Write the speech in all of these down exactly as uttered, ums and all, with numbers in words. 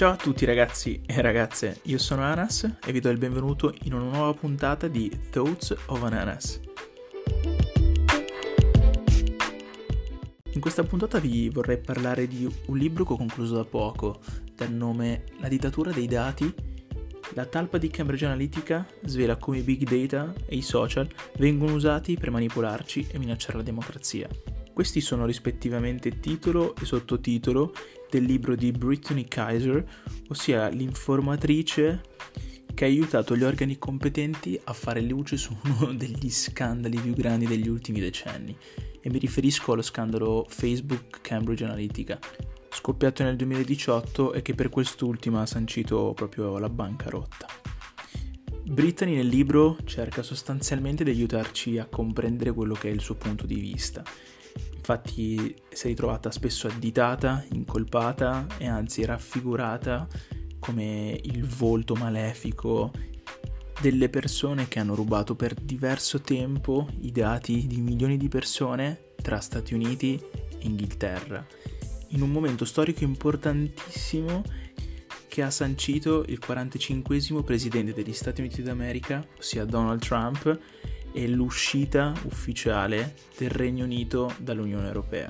Ciao a tutti ragazzi e ragazze, io sono Anas e vi do il benvenuto in una nuova puntata di Thoughts of an Anas. In questa puntata vi vorrei parlare di un libro che ho concluso da poco, dal nome La dittatura dei dati. La talpa di Cambridge Analytica svela come i big data e i social vengono usati per manipolarci e minacciare la democrazia. Questi sono rispettivamente titolo e sottotitolo del libro di Brittany Kaiser, ossia l'informatrice che ha aiutato gli organi competenti a fare luce su uno degli scandali più grandi degli ultimi decenni. E mi riferisco allo scandalo Facebook Cambridge Analytica, scoppiato nel duemiladiciotto e che per quest'ultima ha sancito proprio la bancarotta. Brittany nel libro cerca sostanzialmente di aiutarci a comprendere quello che è il suo punto di vista. Infatti si è ritrovata spesso additata, incolpata e anzi raffigurata come il volto malefico delle persone che hanno rubato per diverso tempo i dati di milioni di persone tra Stati Uniti e Inghilterra, in un momento storico importantissimo che ha sancito il quarantacinquesimo presidente degli Stati Uniti d'America, ossia Donald Trump, e l'uscita ufficiale del Regno Unito dall'Unione Europea.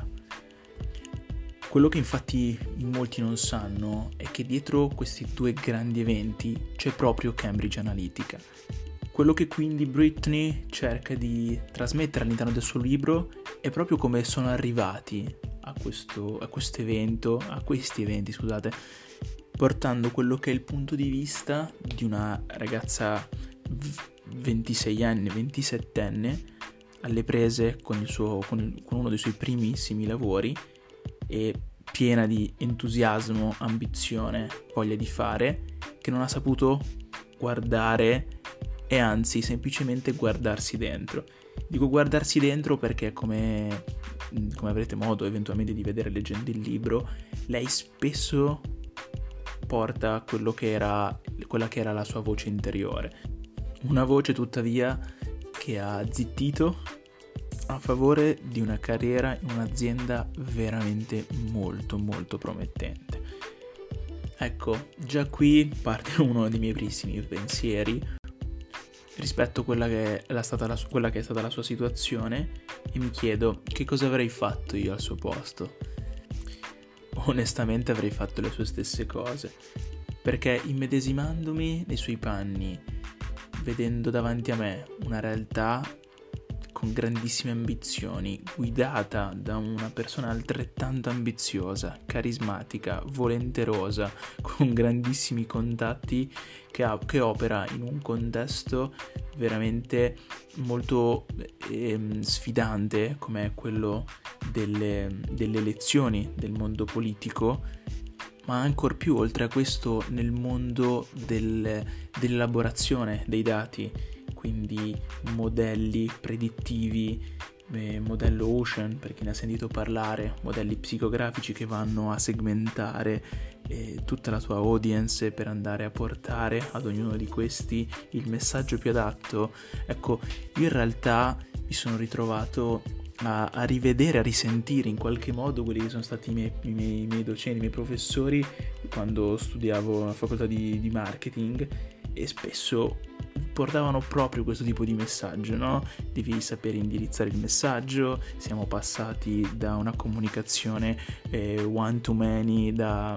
Quello che infatti in molti non sanno è che dietro questi due grandi eventi c'è proprio Cambridge Analytica. Quello che quindi Brittany cerca di trasmettere all'interno del suo libro è proprio come sono arrivati a questo, a questo evento, a questi eventi, scusate, portando quello che è il punto di vista di una ragazza ventisei anni, ventisettenne, alle prese con, il suo, con, il, con uno dei suoi primissimi lavori e piena di entusiasmo, ambizione, voglia di fare, che non ha saputo guardare e anzi semplicemente guardarsi dentro. Dico guardarsi dentro perché come, come avrete modo eventualmente di vedere leggendo il libro, lei spesso porta quello che era, quella che era la sua voce interiore. Una voce tuttavia che ha zittito a favore di una carriera in un'azienda veramente molto molto promettente. Ecco, già qui parte uno dei miei primissimi pensieri rispetto a quella che è stata la, quella che è stata la sua situazione e mi chiedo che cosa avrei fatto io al suo posto. Onestamente avrei fatto le sue stesse cose, perché immedesimandomi nei suoi panni, vedendo davanti a me una realtà con grandissime ambizioni, guidata da una persona altrettanto ambiziosa, carismatica, volenterosa, con grandissimi contatti, che, ha, che opera in un contesto veramente molto eh, sfidante, come quello delle, delle elezioni del mondo politico, ma ancor più oltre a questo nel mondo del, dell'elaborazione dei dati, quindi modelli predittivi, eh, modello Ocean per chi ne ha sentito parlare, modelli psicografici che vanno a segmentare eh, tutta la tua audience per andare a portare ad ognuno di questi il messaggio più adatto. Ecco, io in realtà mi sono ritrovato A, a rivedere, a risentire in qualche modo quelli che sono stati i miei, i miei, i miei docenti, i miei professori quando studiavo alla facoltà di, di marketing, e spesso portavano proprio questo tipo di messaggio, no? Devi sapere indirizzare il messaggio, siamo passati da una comunicazione eh, one to many, da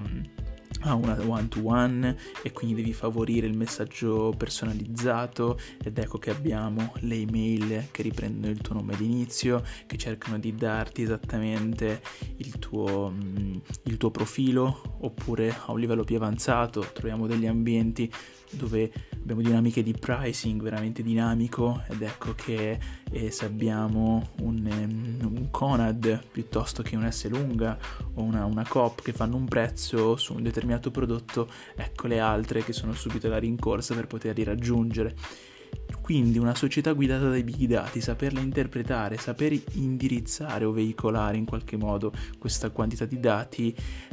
a una one to one, e quindi devi favorire il messaggio personalizzato, ed ecco che abbiamo le email che riprendono il tuo nome d'inizio, che cercano di darti esattamente il tuo, il tuo profilo, oppure a un livello più avanzato troviamo degli ambienti dove abbiamo dinamiche di pricing veramente dinamico, ed ecco che eh, se abbiamo un, um, un Conad piuttosto che un S lunga o una, una Coop che fanno un prezzo su un determinato prodotto, ecco le altre che sono subito alla rincorsa per poterli raggiungere. Quindi una società guidata dai big dati, saperla interpretare, saper indirizzare o veicolare in qualche modo questa quantità di dati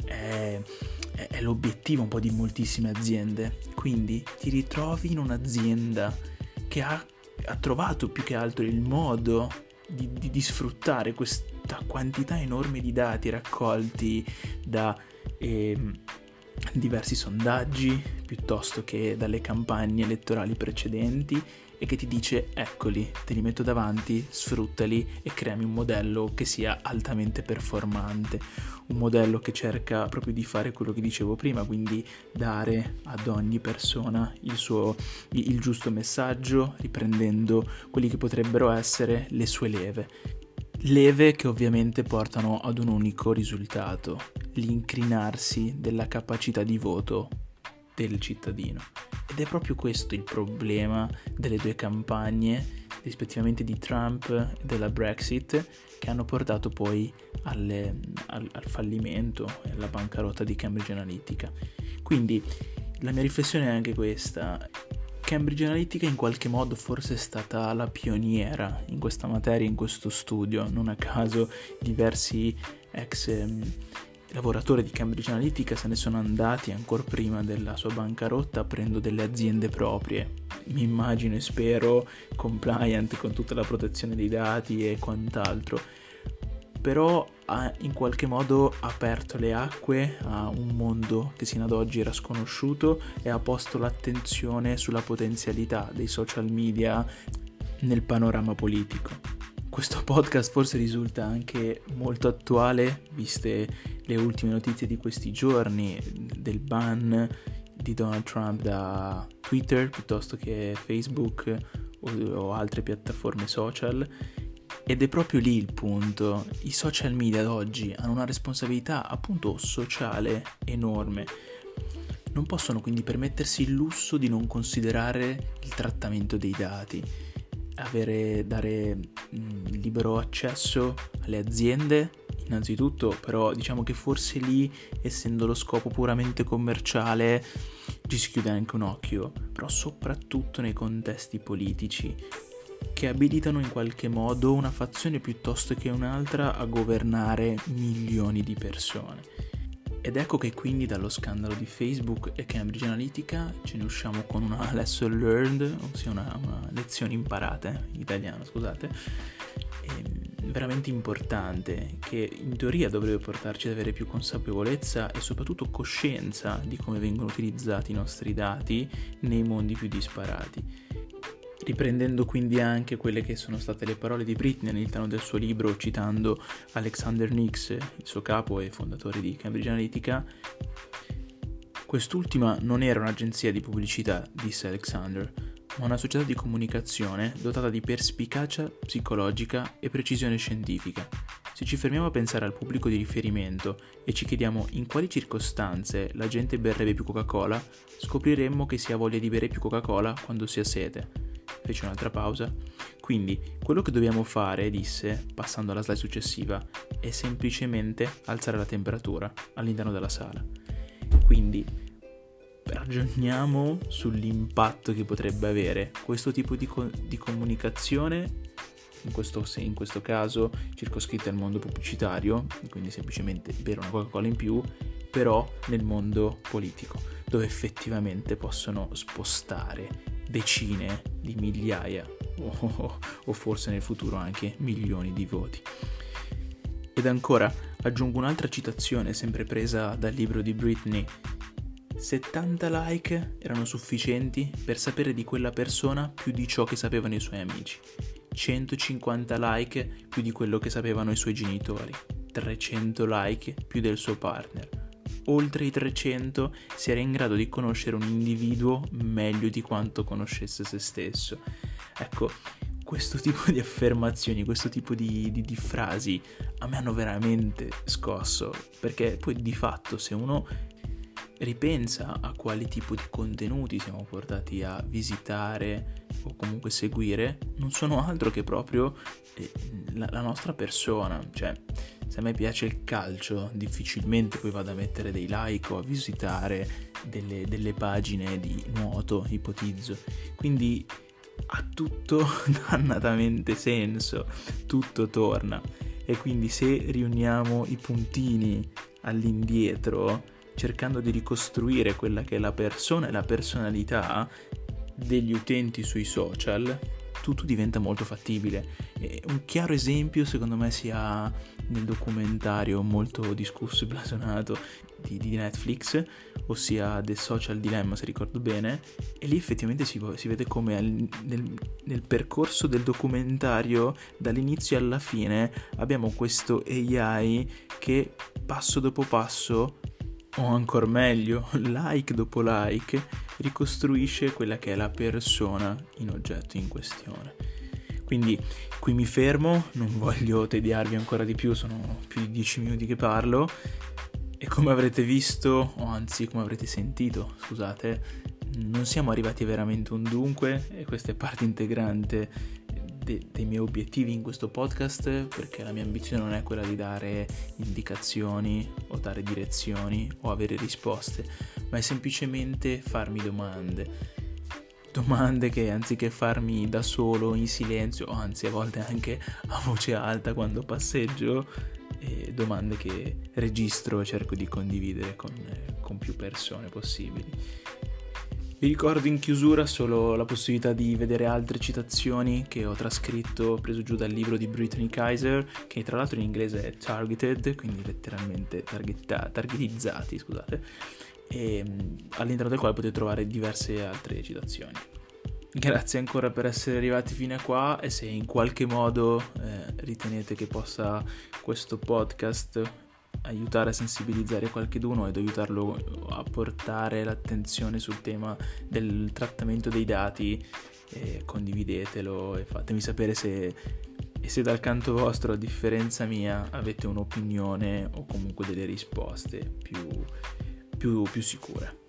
è, è l'obiettivo un po' di moltissime aziende. Quindi ti ritrovi in un'azienda che ha, ha trovato più che altro il modo di, di, di sfruttare questa quantità enorme di dati raccolti da... Eh, diversi sondaggi piuttosto che dalle campagne elettorali precedenti e che ti dice eccoli, te li metto davanti, sfruttali e creami un modello che sia altamente performante, un modello che cerca proprio di fare quello che dicevo prima, quindi dare ad ogni persona il suo il giusto messaggio, riprendendo quelli che potrebbero essere le sue leve. Leve che ovviamente portano ad un unico risultato, l'incrinarsi della capacità di voto del cittadino. Ed è proprio questo il problema delle due campagne, rispettivamente di Trump e della Brexit, che hanno portato poi alle, al, al fallimento e alla bancarotta di Cambridge Analytica. Quindi la mia riflessione è anche questa. Cambridge Analytica in qualche modo forse è stata la pioniera in questa materia, in questo studio. Non a caso diversi ex ehm, lavoratori di Cambridge Analytica se ne sono andati ancora prima della sua bancarotta aprendo delle aziende proprie. Mi immagino e spero compliant con tutta la protezione dei dati e quant'altro. Però ha in qualche modo aperto le acque a un mondo che sino ad oggi era sconosciuto e ha posto l'attenzione sulla potenzialità dei social media nel panorama politico. Questo podcast forse risulta anche molto attuale, viste le ultime notizie di questi giorni del ban di Donald Trump da Twitter piuttosto che Facebook o, o altre piattaforme social. Ed è proprio lì il punto. I social media ad oggi hanno una responsabilità appunto sociale enorme. Non possono quindi permettersi il lusso di non considerare il trattamento dei dati, avere, dare mh, libero accesso alle aziende, innanzitutto, però diciamo che forse lì, essendo lo scopo puramente commerciale, ci si chiude anche un occhio, però soprattutto nei contesti politici, che abilitano in qualche modo una fazione piuttosto che un'altra a governare milioni di persone. Ed ecco che quindi dallo scandalo di Facebook e Cambridge Analytica ce ne usciamo con una lesson learned, ossia una, una lezione imparata, in italiano scusate, veramente importante, che in teoria dovrebbe portarci ad avere più consapevolezza e soprattutto coscienza di come vengono utilizzati i nostri dati nei mondi più disparati. Riprendendo quindi anche quelle che sono state le parole di Britney all'interno del suo libro, citando Alexander Nix, il suo capo e fondatore di Cambridge Analytica, quest'ultima non era un'agenzia di pubblicità, disse Alexander, ma una società di comunicazione dotata di perspicacia psicologica e precisione scientifica. Se ci fermiamo a pensare al pubblico di riferimento e ci chiediamo in quali circostanze la gente berrebbe più Coca-Cola, scopriremmo che si ha voglia di bere più Coca-Cola quando si ha sete. Fece un'altra pausa. Quindi quello che dobbiamo fare, disse, passando alla slide successiva, è semplicemente alzare la temperatura all'interno della sala. Quindi ragioniamo sull'impatto che potrebbe avere questo tipo di, co- di comunicazione, in questo, in questo caso circoscritta al mondo pubblicitario, quindi semplicemente bere una Coca-Cola in più, però nel mondo politico, dove effettivamente possono spostare decine di migliaia o, o, o forse nel futuro anche milioni di voti. Ed ancora aggiungo un'altra citazione sempre presa dal libro di Britney: settanta like erano sufficienti per sapere di quella persona più di ciò che sapevano i suoi amici, centocinquanta like più di quello che sapevano i suoi genitori, trecento like più del suo partner. Oltre i trecento si era in grado di conoscere un individuo meglio di quanto conoscesse se stesso. Ecco, questo tipo di affermazioni, questo tipo di, di, di frasi a me hanno veramente scosso, perché poi di fatto se uno ripensa a quali tipo di contenuti siamo portati a visitare o comunque seguire, non sono altro che proprio eh, la, la nostra persona. Cioè, se a me piace il calcio, difficilmente poi vado a mettere dei like o a visitare delle, delle pagine di nuoto, ipotizzo. Quindi ha tutto dannatamente senso, tutto torna. E quindi se riuniamo i puntini all'indietro, cercando di ricostruire quella che è la persona e la personalità degli utenti sui social, tutto diventa molto fattibile. E un chiaro esempio secondo me si ha nel documentario molto discusso e blasonato di, di Netflix, ossia The Social Dilemma, se ricordo bene, e lì effettivamente si, si vede come al, nel, nel percorso del documentario, dall'inizio alla fine, abbiamo questo A I che passo dopo passo, o ancora meglio, like dopo like, ricostruisce quella che è la persona in oggetto in questione. Quindi qui mi fermo, non voglio tediarvi ancora di più, sono più di dieci minuti che parlo, e come avrete visto, o anzi come avrete sentito, scusate, non siamo arrivati veramente a un dunque, e questa è parte integrante de- dei miei obiettivi in questo podcast, perché la mia ambizione non è quella di dare indicazioni o dare direzioni o avere risposte, ma è semplicemente farmi domande. Domande che anziché farmi da solo in silenzio, o anzi a volte anche a voce alta quando passeggio, eh, domande che registro e cerco di condividere con, eh, con più persone possibili. Vi ricordo in chiusura solo la possibilità di vedere altre citazioni che ho trascritto, preso giù dal libro di Brittany Kaiser, che tra l'altro in inglese è Targeted, quindi letteralmente targetta- targetizzati, scusate, e all'interno del quale potete trovare diverse altre citazioni. Grazie ancora per essere arrivati fino a qua, e se in qualche modo eh, ritenete che possa questo podcast aiutare a sensibilizzare qualcuno ed aiutarlo a portare l'attenzione sul tema del trattamento dei dati, eh, condividetelo e fatemi sapere se, e se dal canto vostro, a differenza mia, avete un'opinione o comunque delle risposte più più, più sicure.